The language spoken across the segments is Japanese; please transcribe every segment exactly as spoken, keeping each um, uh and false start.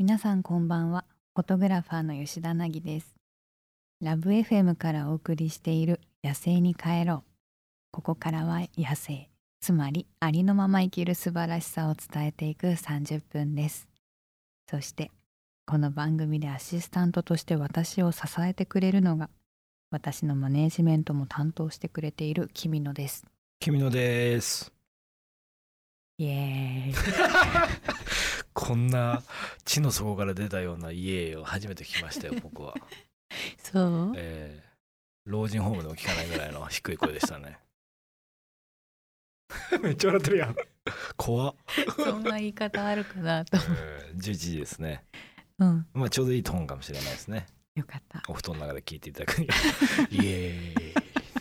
皆さんこんばんは。フォトグラファーの吉田凪です。ラブ エフエム からお送りしている野生に帰ろう。ここからは野生、つまりありのまま生きる素晴らしさを伝えていくさんじゅっぷんです。そしてこの番組でアシスタントとして私を支えてくれるのが、私のマネージメントも担当してくれている君野です。 君野です。 イエーイこんな地の底から出たようなイエーイを初めて聞きましたよ僕は。 そう、 えー、老人ホームでも聞かないぐらいの低い声でしたね。めっちゃ笑ってるやん。怖っ。 そんな言い方あるかなと、 えー、じゅういちじですね。 うん、 まあちょうどいいトーンかもしれないですね。 よかった。 お布団の中で聞いていただくにはイエーイ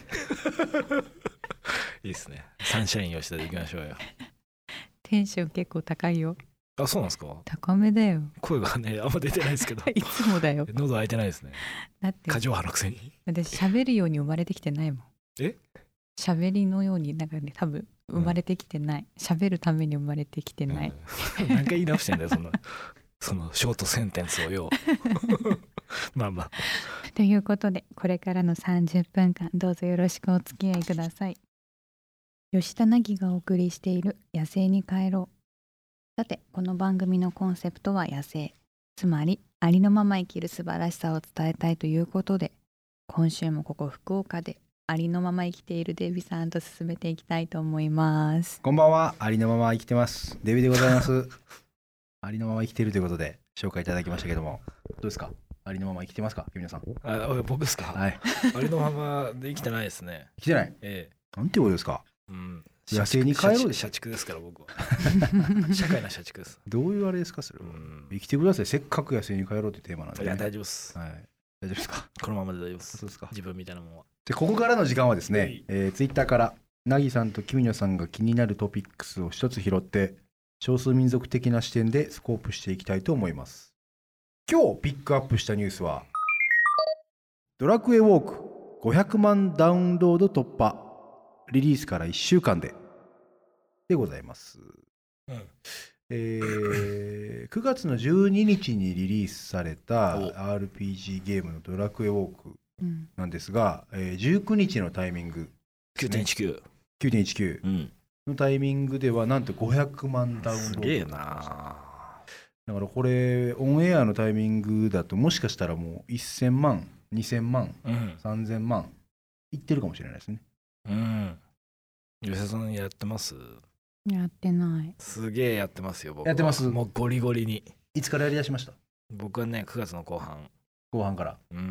いいですね。サンシャイン吉田でいきましょうよ。 テンション結構高いよ。 あ、そうなんですか。 高めだよ。 声がねあんま出てないですけどいつもだよ。 喉開いてないですね。 だって過剰波のくせに。 私喋るように生まれてきてないもん。 え喋りのようになんかね、多分生まれてきてない。喋、うん、るために生まれてきてない、 うん、何回言い直してんだよそんなそのショートセンテンスをよまあまあということで、これからのさんじゅっぷんかんどうぞよろしくお付き合いください。吉田凪がお送りしている野生に帰ろう。さて、この番組のコンセプトは野生、つまりありのまま生きる素晴らしさを伝えたいということで、今週もここ福岡でありのまま生きているデビさんと進めていきたいと思います。 こんばんは。ありのまま生きてますデビでございますありのまま生きているということで紹介いただきましたけども、どうですか？ありのまま生きてますか皆さん？ あ、僕ですか？はい。ありのままで生きてないですね。 生きてない？ええ。なんてことですか？うん、野生に帰ろうで社畜ですから僕は社会の社畜です。 どういうあれですかそれは、うん、生きてください。せっかく野生に帰ろうってテーマなんで、ね、 いや大丈夫です、 はい、大丈夫ですか？ このままで大丈夫です。 そうですか。 自分みたいなもんは。 でここからの時間はですね、えー、ツイッターから凪さんと君野さんが気になるトピックスを一つ拾って少数民族的な視点でスコープしていきたいと思います。今日ピックアップしたニュースは、ドラクエウォークごひゃくまんダウンロード突破、リリースからいっしゅうかんででございます、うん。えー、くがつのじゅうににちにリリースされた アールピージー ゲームのドラクエウォークなんですが、うん、えー、じゅうくにちのタイミング、ね、 きゅうてんいちきゅうきゅうてんいちきゅうのタイミングではなんとごひゃくまんダウンロード。すげえな。だからこれオンエアのタイミングだともしかしたらもうせんまんにせんまん、うん、さんぜんまんいってるかもしれないですね。 うん。吉田さんやってます？ やってない。 すげえやってますよ僕は。 やってます。 もうゴリゴリに。 いつからやりだしました？ 僕はねくがつの後半。 後半から。 うん。うん、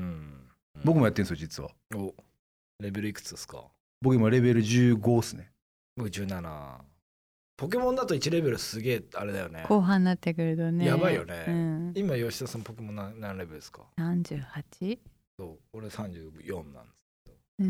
僕もやってるんですよ実は。 お、レベルいくつですか？ 僕今レベルじゅうごっすね。 僕じゅうなな。ポケモンだといちレベルすげえあれだよね。 後半になってくるとねやばいよね、 うん、 今吉田さんポケモン 何, 何レベルですか？ さんじゅうはち。 そう俺さんじゅうよんなんですけど、うん、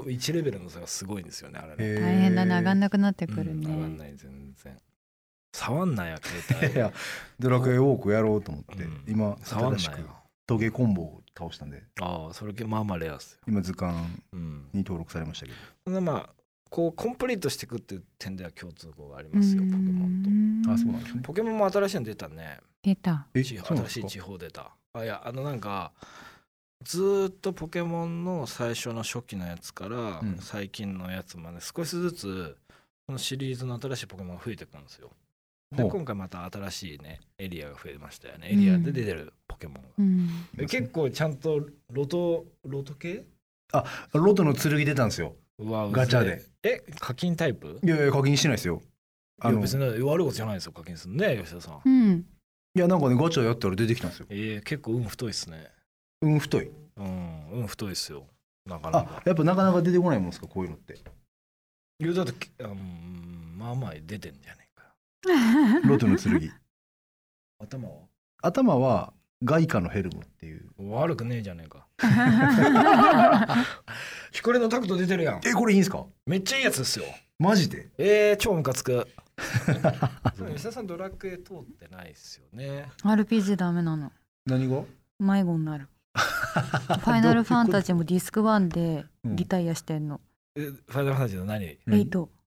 いちレベルの差がすごいんですよねあれね。 大変だね、上がんなくなってくるね、うん、 上がんない全然。触んないや携帯。いやドラクエウォークやろうと思って、うん、今新しくトゲコンボを倒したんで。 ああそれまあまあレアっすよ。 今図鑑に登録されましたけど、 うん、まあこうコンプリートしていくっていう点では共通項がありますよポケモンと。 あ、そうなんですね。 ポケモンも新しいの出たね。 出た。 え新しい地方出た。あいやあのなんかずっとポケモンの最初の初期のやつから最近のやつまで少しずつこのシリーズの新しいポケモンが増えてくるんですよ。で今回また新しいねエリアが増えましたよね。エリアで出てるポケモンが、うん、結構ちゃんとロトロト系、 あロトの剣出たんですよ。うわガチャで。 え課金タイプ？ いやいや課金してないですよ。 あのいや別に悪いことじゃないですよ課金するね吉田さん、 うん、 いやなんかねガチャやったら出てきたんですよ。 えー、結構運太いっすね。 運太い。 うん運太いっすよなかなか。 あやっぱなかなか出てこないもんですかこういうのって。 いやだってあ、うん、まあまあ出てんじゃねえかロトの剣。 頭は頭はガイカのヘルムっていう。 悪くねえじゃねえか。光のタクト出てるやん。 えこれいいんすか？ めっちゃいいやつですよマジで。 えー、超ムカつく。吉田さんドラクエ通ってないっすよね。 アールピージー ダメなの。 何が？ 迷子になる。ファイナルファンタジーもディスクワンでリタイアしてんの。 えファイナルファンタジーの何？ エイト。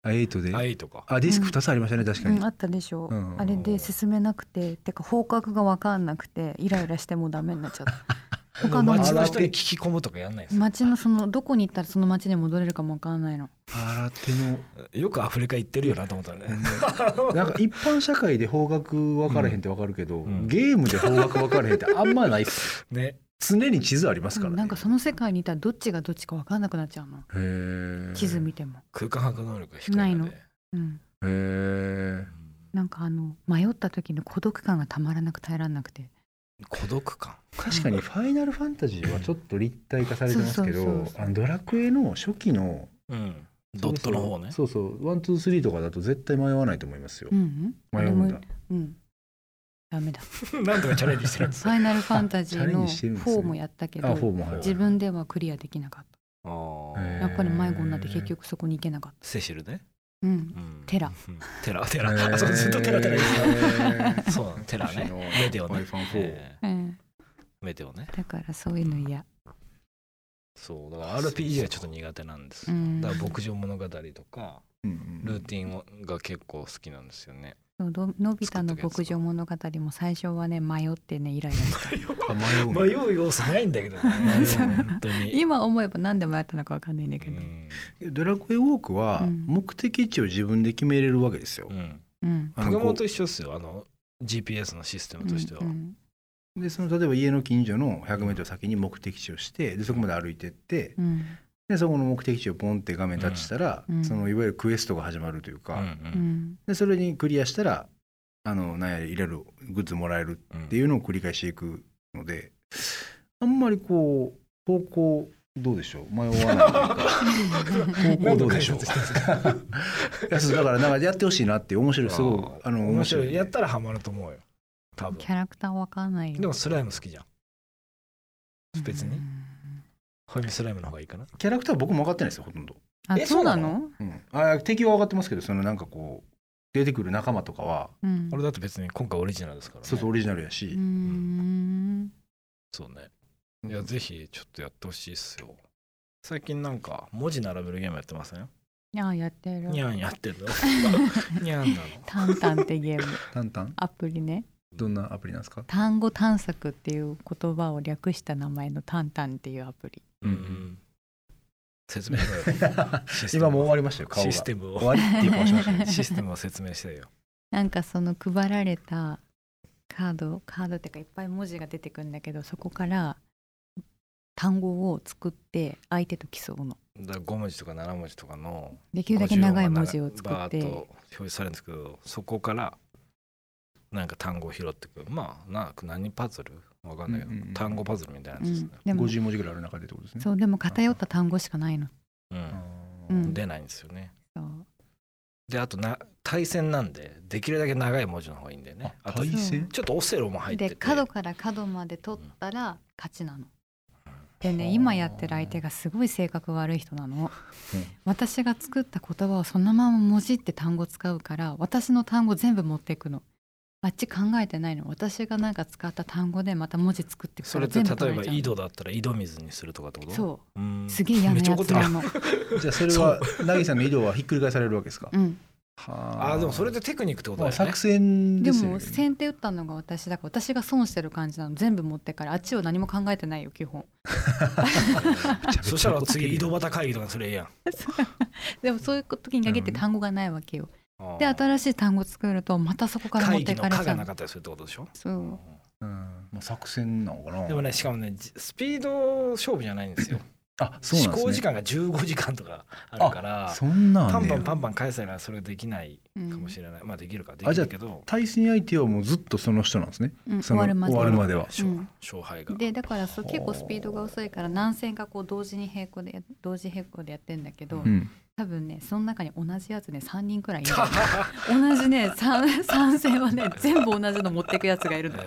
あエイトであエイトかあディスクふたつありましたね、確かに、 うん、あったでしょ、 うんあれで進めなくててか方角が分かんなくてイライラしてもうダメになっちゃった他の街の人に聞き込むとかやんないんですか？ 街のそのどこに行ったらその街に戻れるかも分かんないの。 新手のよくアフリカ行ってるよなと思ったね、 なんか一般社会で方角分からへんって分かるけど、 うん、 ゲームで方角分からへんってあんまないっすね。 常に地図ありますからね、 なんかその世界にいたらどっちがどっちか分かんなくなっちゃうの。 へ地図見ても空間把握能力が低いのでないの、うん、 へえなんかあの迷った時の孤独感がたまらなく耐えられなくて。 孤独感確かにファイナルファンタジーはちょっと立体化されてますけそうそうそうそうど、あのドラクエの初期のうんドットの方ね。 そうそうワンツースリーとかだと絶対迷わないと思いますよ、 うん、 迷うんだ。 うんダメだなんとかチャレンジしてるんですファイナルファンタジーのチャレンジしてるんですねフォーもやったけど、 あフォーもはい自分ではクリアできなかっあへーーた。やっぱり迷子になって結局そこに行けなかっセシルね、 た。うんうんテラうんテラテラ、 へーあそうずっとテラテラ言ってたへーそうなのテラねメデオねファイファンフォーえーうんメデオね。 だからそういうの嫌。 そうだから アールピージー はちょっと苦手なんですよ。 うんだから牧場物語とかうんうんルーティンが結構好きなんですよね。 そうどのび太の牧場物語も最初はね迷ってねイライラしたあ迷うの迷う要素ないんだけどね本当に。 今思えば何で迷ったのか分かんないんだけど、 うんドラクエウォークはうん目的地を自分で決めれるわけですよ、 うんうんあのこポケモンと一緒ですよあの ジーピーエス のシステムとしては。 うんうでその例えば家の近所のひゃくメートル先に目的地をしてでそこまで歩いてってうんでそこの目的地をポンって画面タッチしたら、 うんそのいわゆるクエストが始まるというか、 うんううんんでそれにクリアしたらあの何や入れるグッズもらえるっていうのを繰り返していくので、あんまりこう方向どうでしょう迷わないというか方向どうでしょういやそうだからなんかやってほしいなって面白いすごいあの面白いんでやったらハマると思うよ多分。 キャラクター分かんないよ。 でもスライム好きじゃん別に。 うんホイミスライムの方がいいかな。 キャラクターは僕も分かってないですよほとんど、 あえそうなの？ うん、あ敵は分かってますけどそのなんかこう出てくる仲間とかはうん俺だって別に今回オリジナルですからね。 そうそうオリジナルやし、 うーんそうね。いやぜひちょっとやってほしいっすよ。最近なんか文字並べるゲームやってません？ いややってるニャンやってるのニャンなの。 タンタンってゲームタンタンアプリね。 どんなアプリなんですか？ 単語探索っていう言葉を略した名前のタンタンっていうアプリ。 うんうん説明しろよ今もう終わりましたよ顔がシステムを終わりっていう顔しましたねシステムを説明してよ。 なんかその配られたカードカードっていうかいっぱい文字が出てくるんだけどそこから単語を作って相手と競うの。 だからご文字とかなな文字とかのできるだけ長い文字を作ってバーッと表示されるんですけどそこからなんか単語を拾ってくるまあな何パズルわかんないけど、 うんうんうん単語パズルみたいなやつですね、 でもごじゅう文字ぐらいある中でってことですね。 そうでも偏った単語しかないの。 うんあーうん出ないんですよね。 そうであとな対戦なんでできるだけ長い文字の方がいいんだよね。あと対戦ちょっとオセロも入っててで角から角まで取ったら勝ちなの。でね今やってる相手がすごい性格悪い人なの、 うん私が作った言葉をそのまま文字って単語使うから私の単語全部持っていくの。あっち考えてないの。私がなんか使った単語でまた文字作ってくからそれって全部取られちゃうの。 例えば井戸だったら井戸水にするとかってこと？ そううんすげえ嫌なやつなの。 じゃあそれは凪さんの井戸はひっくり返されるわけですか？ うんはあでもそれでテクニックってことだまあよね。 作戦でですよね。 も先手打ったのが私だから私が損してる感じなの。全部持ってからあっちを何も考えてないよ基本。 そしたら次井戸端会議とかすればいいやん。 でもそういう時に限って単語がないわけよ。であ新しい単語作るとまたそこから持っ会議の課ていかれちゃうの。 がなかったりするってことでしょ。 そううんまあ作戦なのかな。 でもねしかもねじスピード勝負じゃないんですよ。 あそうなんですね。 思考時間がじゅうごじかんとかあるからそんなんねパンパンパンパン返せばそれできないうんかもしれない。まあできるかであじゃあきるけど対戦相手はもうずっとその人なんですね。 うんその終わるまで終わるまでは。 勝うん勝敗が。 でだからそう結構スピードが遅いから何戦かこう同時に並行でや同時並行でやってんだけど、 うん。 多分ねその中に同じやつねさんにんくらいいるの同じね 3, 三戦はね全部同じの持ってくやつがいるの。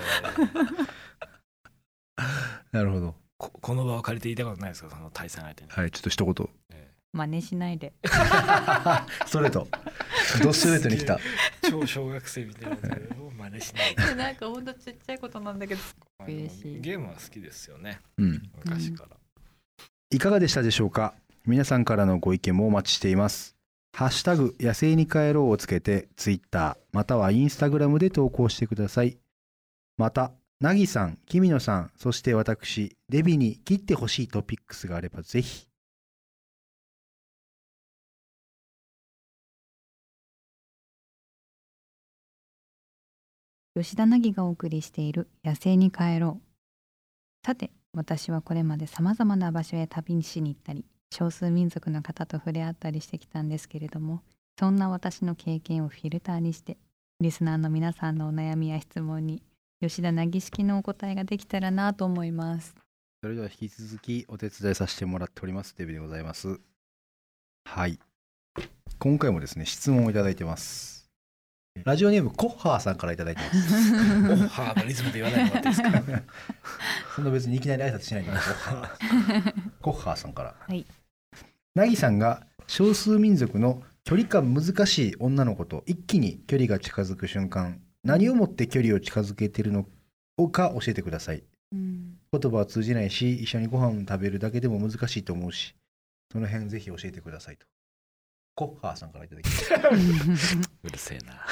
えーなるほど。 ここの場を借りて言いたことないですかその対戦相手に。 はいちょっと一言。 え真似しないで。 ストレート。ドストレートに来た。 ー超小学生みたいなやつだけど真似しないで。 なんかほんとちっちゃいことなんだけど嬉しい。 ゲームは好きですよねうん。 昔から。 いかがでしたでしょうか。皆さんからのご意見もお待ちしています。 ハッシュタグ野生に帰ろうをつけてツイッターまたはインスタグラムで投稿してください。またなぎさん、きみのさん、そして私デビに切ってほしいトピックスがあればぜひ。 吉田凪がお送りしている野生に帰ろう。さて、私はこれまでさまざまな場所へ旅しに行ったり、少数民族の方と触れ合ったりしてきたんですけれども、そんな私の経験をフィルターにしてリスナーの皆さんのお悩みや質問に吉田凪式のお答えができたらなと思います。 それでは引き続きお手伝いさせてもらっておりますデビでございます。はい、今回もですね質問をいただいてます。ラジオネームコッハーさんからいただいてます。 コッハーのリズムで言わないでもらっていいですか。 そんな別にいきなり挨拶しないでコッハーコッハーさんから、 はい、 なぎさんが少数民族の距離感難しい女の子と一気に距離が近づく瞬間、何をもって距離を近づけているのか教えてください。うん、言葉は通じないし、一緒にご飯を食べるだけでも難しいと思うし、その辺ぜひ教えてくださいと。コッハーさんからいただきました。 うるせえな。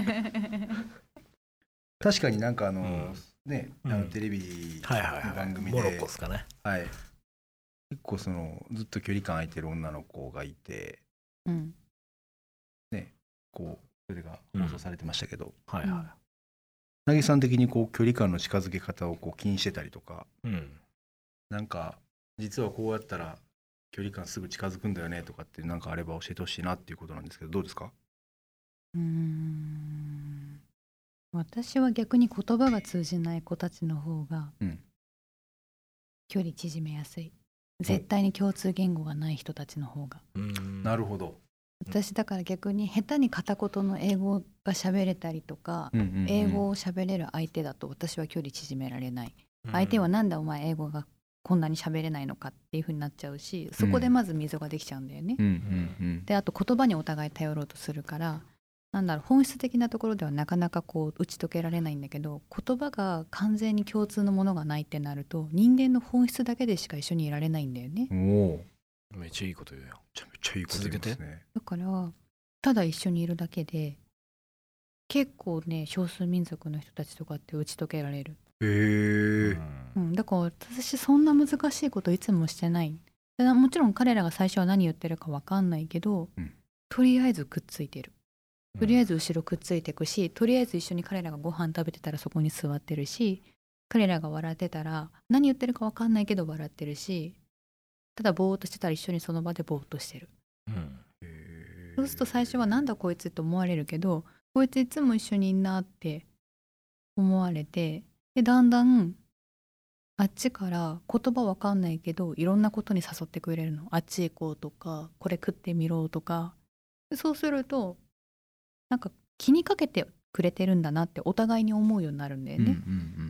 確かになんかあの、うん、ね、あのテレビの番組で、 モロッコですかね。 はい。結構そのずっと距離感空いてる女の子がいて、うん、ね、こうそれが放送されてましたけど、うん、はいはい。なぎさん的にこう距離感の近づけ方をこう気にしてたりとか、うん、なんか実はこうやったら距離感すぐ近づくんだよねとかってなんかあれば教えてほしいなっていうことなんですけど、どうですか？ うーん、私は逆に言葉が通じない子たちの方が距離縮めやすい、うん、絶対に共通言語がない人たちの方が。 うーん、なるほど。 私だから逆に下手に片言の英語が喋れたりとか、うんうんうん、英語を喋れる相手だと私は距離縮められない、うん、相手はなんでお前英語がこんなに喋れないのかっていう風になっちゃうし、そこでまず溝ができちゃうんだよね、うんうんうん、であと言葉にお互い頼ろうとするから、なんだろう、本質的なところではなかなかこう打ち解けられないんだけど、言葉が完全に共通のものがないってなると人間の本質だけでしか一緒にいられないんだよね。 おめっちゃいいこと言うよ。 めちゃめちゃいいこと言いますね。 だからただ一緒にいるだけで結構ね、少数民族の人たちとかって打ち解けられる。 へー、 うん、だから私そんな難しいこといつもしてない。もちろん彼らが最初は何言ってるか分かんないけど、うん、とりあえずくっついてる。とりあえず後ろくっついていくし、とりあえず一緒に彼らがご飯食べてたらそこに座ってるし、彼らが笑ってたら何言ってるか分かんないけど笑ってるし、ただぼーっとしてたら一緒にその場でぼーっとしてる、うん、そうすると最初はなんだこいつって思われるけど、こいついつも一緒にいんなって思われて、でだんだんあっちから言葉わかんないけどいろんなことに誘ってくれるの。あっち行こうとか、これ食ってみろとか。でそうするとなんか気にかけてくれてるんだなってお互いに思うようになるんだよね、うんうんうん、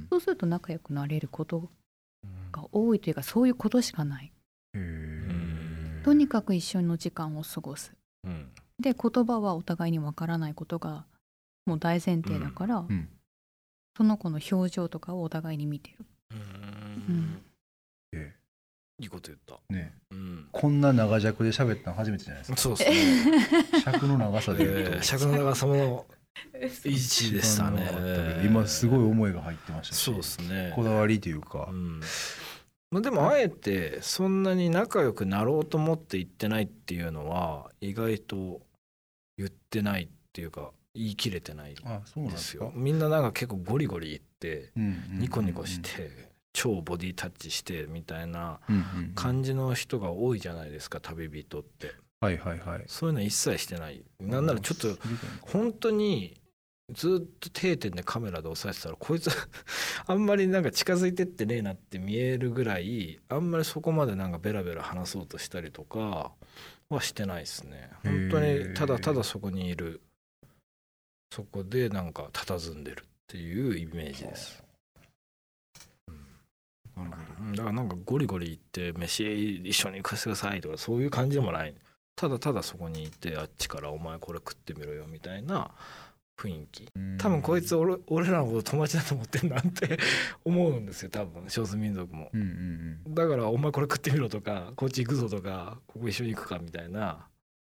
そうすると仲良くなれることが多いというか、そういうことしかない。へとにかく一緒の時間を過ごす、うん、で言葉はお互いにわからないことがもう大前提だから、うんうん、その子の表情とかをお互いに見てる。うーん、 うんええ、いいこと言ったね、 うん、こんな長尺で喋ったの初めてじゃないですか。 そうですね。 尺の長さで言うと、 えー、尺の長さもいちでしたね。 今すごい思いが入ってましたし、 そうですね、 こだわりというか、 うんまあ、でもあえてそんなに仲良くなろうと思って言ってないっていうのは意外と言ってないっていうか言い切れてないんですよ。あ、そうなんですか。みんななんか結構ゴリゴリ言って、うんうんうんうん、ニコニコして超ボディタッチしてみたいな感じの人が多いじゃないですか、旅人って。 はいはいはい。 そういうの一切してない。なんならちょっと本当にずっと定点でカメラで押さえてたらこいつあんまりなんか近づいてってねえなって見えるぐらい、あんまりそこまでなんかベラベラ話そうとしたりとかはしてないですね。本当にただただそこにいる、そこでなんか佇んでるっていうイメージです。うん、だからなんかゴリゴリ言って飯一緒に行かせてくださいとかそういう感じでもない。ただただそこにいてあっちからお前これ食ってみろよみたいな雰囲気。多分こいつ 俺, 俺らのこと友達だと思ってんなって思うんですよ、多分少数民族も、うんうんうん、だからお前これ食ってみろとかこっち行くぞとかここ一緒に行くかみたいな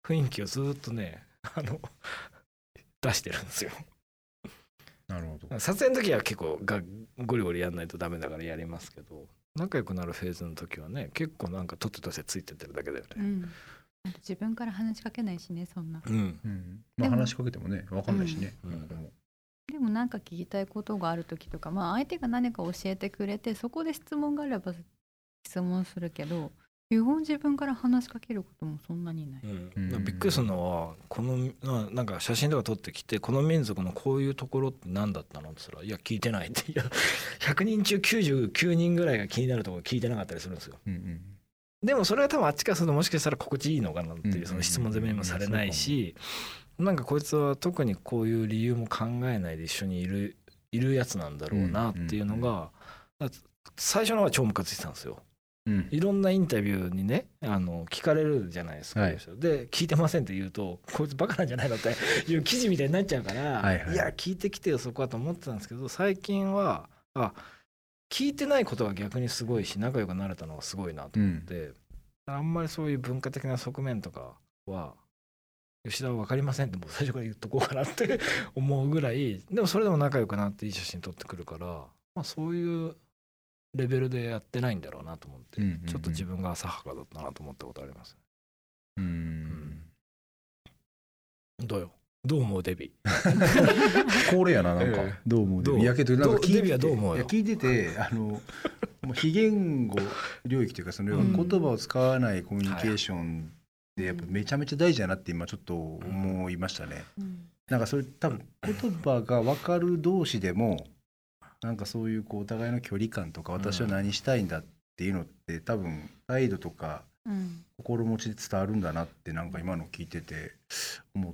雰囲気をずっとねあの出してるんですよ。 なるほど。 撮影の時は結構がゴリゴリやんないとダメだからやりますけど、仲良くなるフェーズの時はね結構なんか取ってとしてついてってるだけだよね。 うん、自分から話しかけないしねそんな、 うんうん、まあ話しかけてもね分かんないしね、 うんうん、 でもでもなんか聞きたいことがある時とか、まあ相手が何か教えてくれてそこで質問があれば質問するけど、基本自分から話しかけることもそんなにない、 うん、びっくりするのはこのなんか写真とか撮ってきてこの民族のこういうところって何だったのって言ったらいや聞いてないっていやひゃくにん中きゅうじゅうきゅうにんぐらいが気になるところ聞いてなかったりするんですよ、うんうん、でもそれは多分あっちからするともしかしたら心地いいのかなっていうその質問攻めにもされないし、なんかこいつは特にこういう理由も考えないで一緒にいるいるやつなんだろうなっていうのが最初のは超ムカついてたんですよ。うん、いろんなインタビューにねあの聞かれるじゃないですか、はい、で聞いてませんって言うとこいつバカなんじゃないのっていう記事みたいになっちゃうからはい、はい、いや聞いてきてよそこはと思ってたんですけど、最近はあ聞いてないことが逆にすごいし仲良くなれたのがすごいなと思って、うん、あんまりそういう文化的な側面とかは吉田は分かりませんってもう最初から言っとこうかなって思うぐらい、でもそれでも仲良くなっていい写真撮ってくるから、まあ、そういうレベルでやってないんだろうなと思って、うんうんうん、ちょっと自分が浅はかだったなと思ったことあります。うーん、うん、どうよどう思うデビ恒例やななんか、えー、どう思うデビいやけどなんか聞いててデビはどう思うよ。 いや聞いててあの非言語領域というかその言葉を使わないコミュニケーションでやっぱめちゃめちゃ大事だなって今ちょっと思いましたね、うん、なんかそれ多分言葉が分かる同士でもなんかそういうこうお互いの距離感とか私は何したいんだっていうのって多分態度とか心持ちで伝わるんだなってなんか今の聞いてて思って、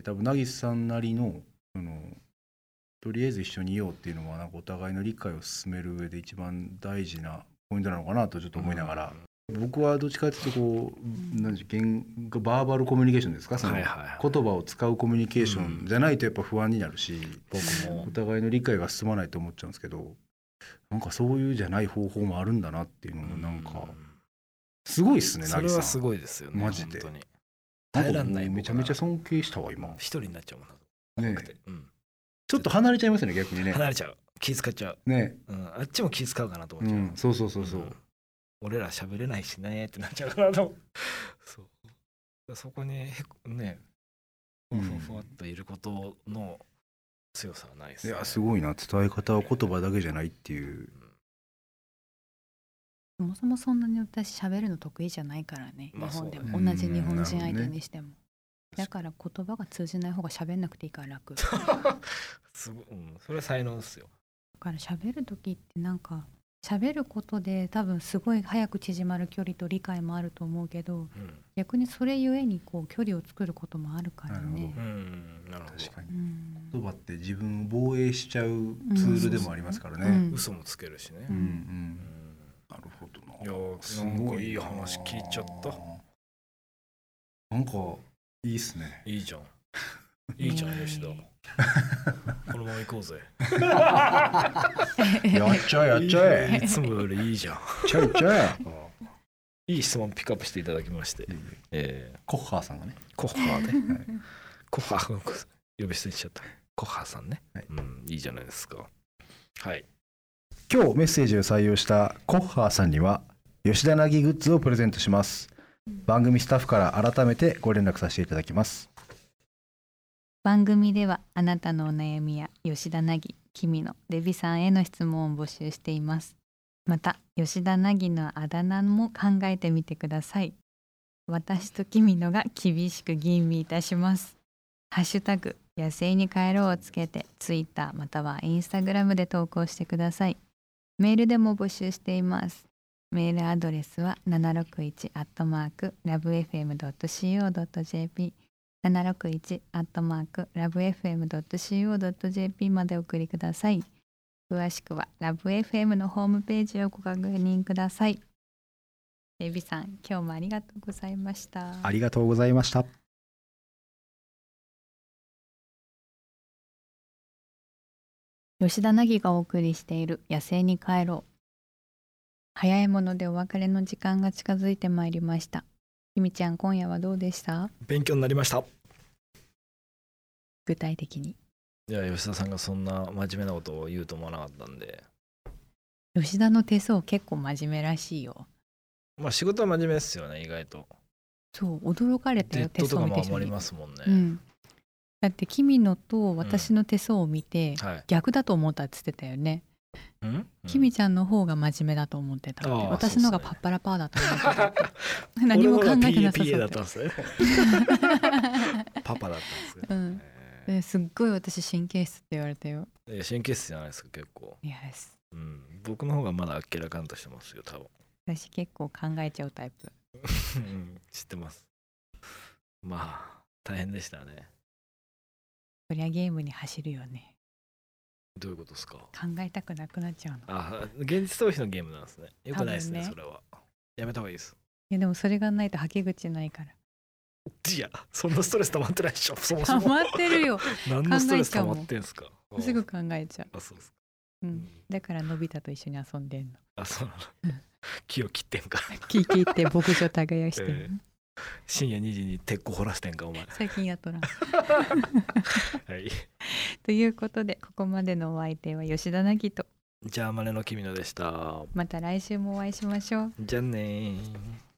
多分凪さんなりのそのとりあえず一緒にいようっていうのはなんかお互いの理解を進める上で一番大事なポイントなのかなとちょっと思いながら、僕はどっちかというとこう何でしょう言語バーバルコミュニケーションですか、その言葉を使うコミュニケーションじゃないとやっぱ不安になるし、僕もお互いの理解が進まないと思っちゃうんですけど、なんかそういうじゃない方法もあるんだなっていうのもなんかすごいっすね。 それはすごいですよねマジで。 本当に耐えらんない。めちゃめちゃ尊敬したわ今。 一人になっちゃうもんな、ねうん、 ちょっと離れちゃいますよね逆にね。 離れちゃう、気使っちゃうね、うん、あっちも気使うかなと思っちゃう、うん、 そうそうそうそう、うん、 俺ら喋れないしねってなっちゃうかなとそうそこにへねふわふわっといることの強さはないですね、 いやすごいな、伝え方は言葉だけじゃないっていう、 そもそもそんなに私喋るの得意じゃないからね、まあ、日本でも同じ日本人相手にしても、だから言葉が通じない方が喋んなくていいから楽すごい、うん、それは才能ですよ。 だから喋る時ってなんか喋ることで多分すごい早く縮まる距離と理解もあると思うけど、うん、逆にそれゆえにこう距離を作ることもあるからね。 なるほど、 確かに、うん、言葉って自分を防衛しちゃうツールでもありますからね、うん、 嘘もつけるしね、 うんうん、なるほどな。 いやすごいいい話聞いちゃった。 なんかいいっすね。 いいじゃんいいじゃん吉田このまま行こうぜやっちゃえやっちゃえいつもよりいいじゃんちゃえちゃえいい質問ピックアップしていただきまして、えー、 コッハーさんがねコッハーね、はい、コッハー呼び捨てしちゃったコッハーさんね、はい、うん、いいじゃないですか。はい、 今日メッセージを採用したコッハーさんには吉田凪グッズをプレゼントします。番組スタッフから改めてご連絡させていただきます。 番組ではあなたのお悩みや吉田凪、君のデビさんへの質問を募集しています。また吉田凪のあだ名も考えてみてください。私と君のが厳しく吟味いたします。ハッシュタグ野生に帰ろうをつけてツイッターまたはインスタグラムで投稿してください。メールでも募集しています。メールアドレスは ななろくいち アットマーク ラブエフエムドットシーオードットジェーピー ななろくいち アットマーク ラブエフエムドットシーオードットジェーピー までお送りください。詳しくは ラブエフエム のホームページをご確認ください。デビさん、今日もありがとうございました。 ありがとうございました。 吉田凪がお送りしている野生に帰ろう。早いものでお別れの時間が近づいてまいりました。 きみちゃん今夜はどうでした？ 勉強になりました。 具体的に。 いや吉田さんがそんな真面目なことを言うと思わなかったんで。 吉田の手相結構真面目らしいよ。 まあ仕事は真面目ですよね意外と。 そう驚かれたよ手デッドとか相見て。 もありますもんね、 うん、だって君のと私の手相を見て、 うんはい、 逆だと思ったって言ってたよね。 うん、 きみちゃんの方が真面目だと思ってたって、 ああ私のがパッパラパーだと思ってたって何も考えてなさそうだったんですねパパだったんですね、 うんですっごい私神経質って言われたよ。 いや神経質じゃないですか結構。 いやです、 うん、僕の方がまだあっけらかんとしてますよ多分。 私結構考えちゃうタイプ知ってます。まあ大変でしたね。 そりゃゲームに走るよね。 どういうことですか？ 考えたくなくなっちゃうの。 あ現実逃避のゲームなんですね。よくないですね多分ねそれは。やめた方がいいです。 いやでもそれがないとはけ口ないから。 いやそんなストレス溜まってないでしょそもそも。 溜まってるよ何のストレス溜まってんすか？ すぐ考えちゃう。 あそうですか、 うん、だからのび太と一緒に遊んでんの。 あそうなの木を切ってんか木切って牧場耕してんの、えー、 深夜にじに鉄鋼掘らせてんかお前。 最近やっとらんはいということでここまでのお相手は吉田凪とじゃあマネの君野でした。 また来週もお会いしましょう。 じゃあねー。